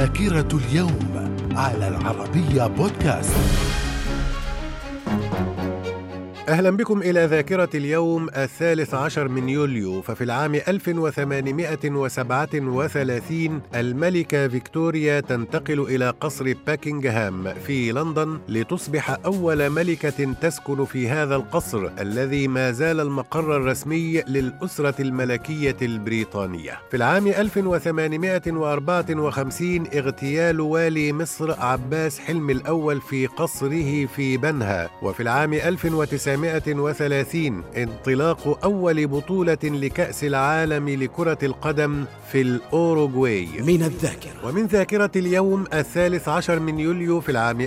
ذاكرة اليوم على العربية بودكاست. أهلا بكم إلى ذاكرة اليوم 13 من يوليو. ففي العام 1837 الملكة فيكتوريا تنتقل إلى قصر باكنغهام في لندن لتصبح أول ملكة تسكن في هذا القصر الذي ما زال المقر الرسمي للأسرة الملكية البريطانية. في العام 1854 اغتيال والي مصر عباس حلمي الأول في قصره في بنها. وفي العام 1930 انطلاق أول بطولة لكأس العالم لكرة القدم في الأوروغواي. من الذاكرة. ومن ذاكرة اليوم 13 من يوليو في العام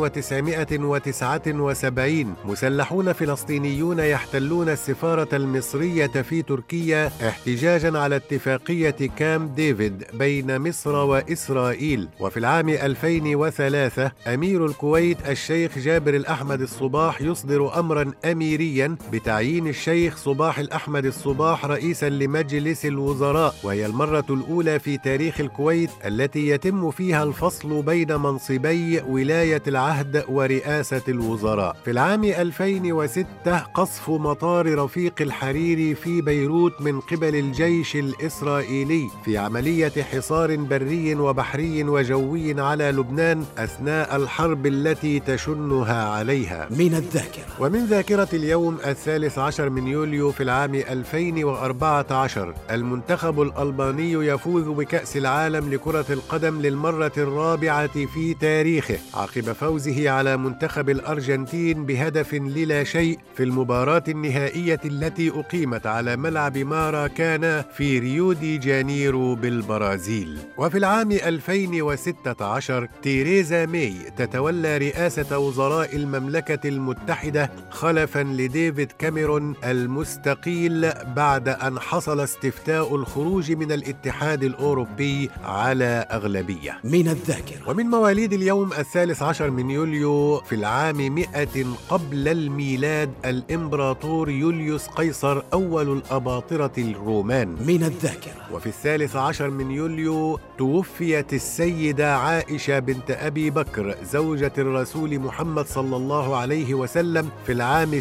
1979 مسلحون فلسطينيون يحتلون السفارة المصرية في تركيا احتجاجا على اتفاقية كامب ديفيد بين مصر وإسرائيل. وفي العام 2003 أمير الكويت الشيخ جابر الأحمد الصباح يصدر أمرا أميريا بتعيين الشيخ صباح الأحمد الصباح رئيسا لمجلس الوزراء، وهي المرة الأولى في تاريخ الكويت التي يتم فيها الفصل بين منصبي ولاية العهد ورئاسة الوزراء. في العام 2006 قصف مطار رفيق الحريري في بيروت من قبل الجيش الإسرائيلي في عملية حصار بري وبحري وجوي على لبنان أثناء الحرب التي تشنها عليها. من الذاكرة. ومن ذاكرة اليوم 13 من يوليو في العام 2014 المنتخب الألباني يفوز بكأس العالم لكرة القدم للمرة الرابعة في تاريخه عقب فوزه على منتخب الأرجنتين بهدف للا شيء في المباراة النهائية التي أقيمت على ملعب ماراكانا في ريو دي جانيرو بالبرازيل. وفي العام 2016 تيريزا ماي تتولى رئاسة وزراء المملكة المتحدة خلفاً لديفيد كاميرون المستقيل بعد أن حصل استفتاء الخروج من الاتحاد الأوروبي على أغلبية. من الذاكرة. ومن مواليد اليوم 13 من يوليو في العام 100 قبل الميلاد الإمبراطور يوليوس قيصر أول الأباطرة الرومان. من الذاكرة. وفي 13 من يوليو توفيت السيدة عائشة بنت أبي بكر زوجة الرسول محمد صلى الله عليه وسلم في العام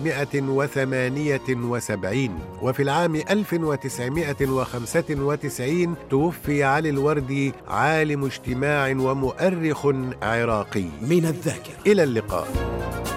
678. وفي العام 1995 توفي علي الوردي عالم اجتماع ومؤرخ عراقي. من الذاكرة. إلى اللقاء.